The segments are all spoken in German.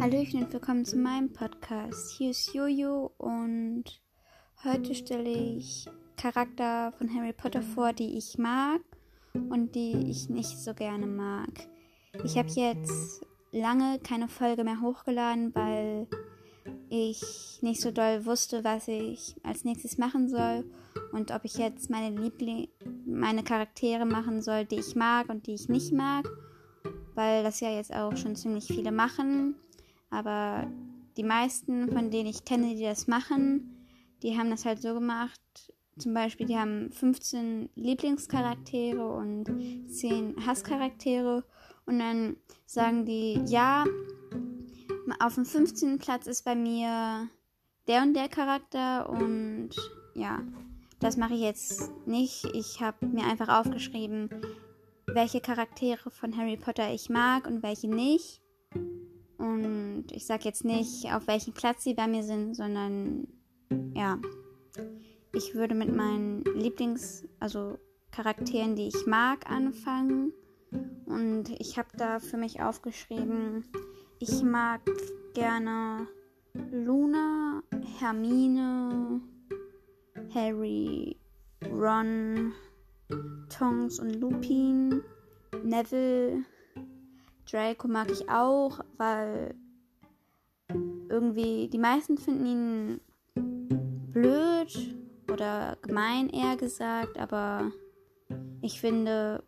Hallöchen und willkommen zu meinem Podcast. Hier ist Jojo und heute stelle ich Charakter von Harry Potter vor, die ich mag und die ich nicht so gerne mag. Ich habe jetzt lange keine Folge mehr hochgeladen, weil ich nicht so doll wusste, was ich als nächstes machen soll und ob ich jetzt meine Charaktere machen soll, die ich mag und die ich nicht mag, weil das ja jetzt auch schon ziemlich viele machen. Aber die meisten, von denen ich kenne, die das machen, die haben das halt so gemacht. Zum Beispiel, die haben 15 Lieblingscharaktere und 10 Hasscharaktere. Und dann sagen die, ja, auf dem 15. Platz ist bei mir der und der Charakter. Und ja, das mache ich jetzt nicht. Ich habe mir einfach aufgeschrieben, welche Charaktere von Harry Potter ich mag und welche nicht. Und ich sage jetzt nicht, auf welchem Platz sie bei mir sind, sondern ja, ich würde mit meinen Charakteren, die ich mag, anfangen. Und ich habe da für mich aufgeschrieben, ich mag gerne Luna, Hermine, Harry, Ron, Tonks und Lupin, Neville. Draco mag ich auch, weil irgendwie die meisten finden ihn blöd oder gemein, eher gesagt, aber ich finde,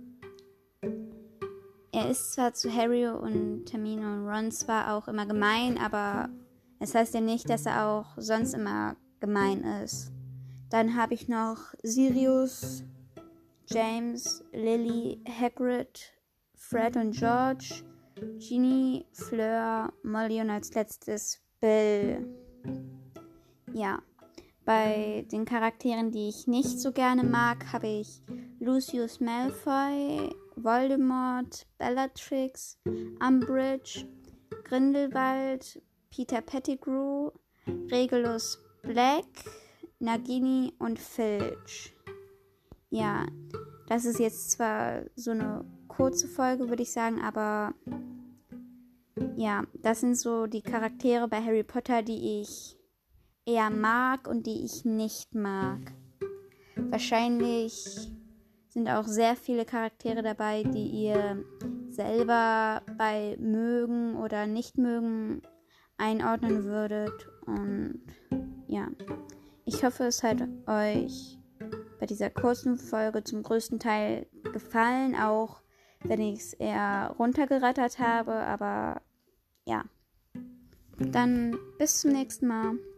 er ist zwar zu Harry und Hermine und Ron zwar auch immer gemein, aber es heißt ja nicht, dass er auch sonst immer gemein ist. Dann habe ich noch Sirius, James, Lily, Hagrid, Fred und George, Ginny, Fleur, Molly und als letztes Bill. Ja, bei den Charakteren, die ich nicht so gerne mag, habe ich Lucius Malfoy, Voldemort, Bellatrix, Umbridge, Grindelwald, Peter Pettigrew, Regulus Black, Nagini und Filch. Ja, das ist jetzt zwar so eine kurze Folge, würde ich sagen, aber ja, das sind so die Charaktere bei Harry Potter, die ich eher mag und die ich nicht mag. Wahrscheinlich sind auch sehr viele Charaktere dabei, die ihr selber bei mögen oder nicht mögen einordnen würdet. Und ja, ich hoffe, es hat euch bei dieser kurzen Folge zum größten Teil gefallen, auch wenn ich es eher runtergerattert habe, aber ja. Dann bis zum nächsten Mal.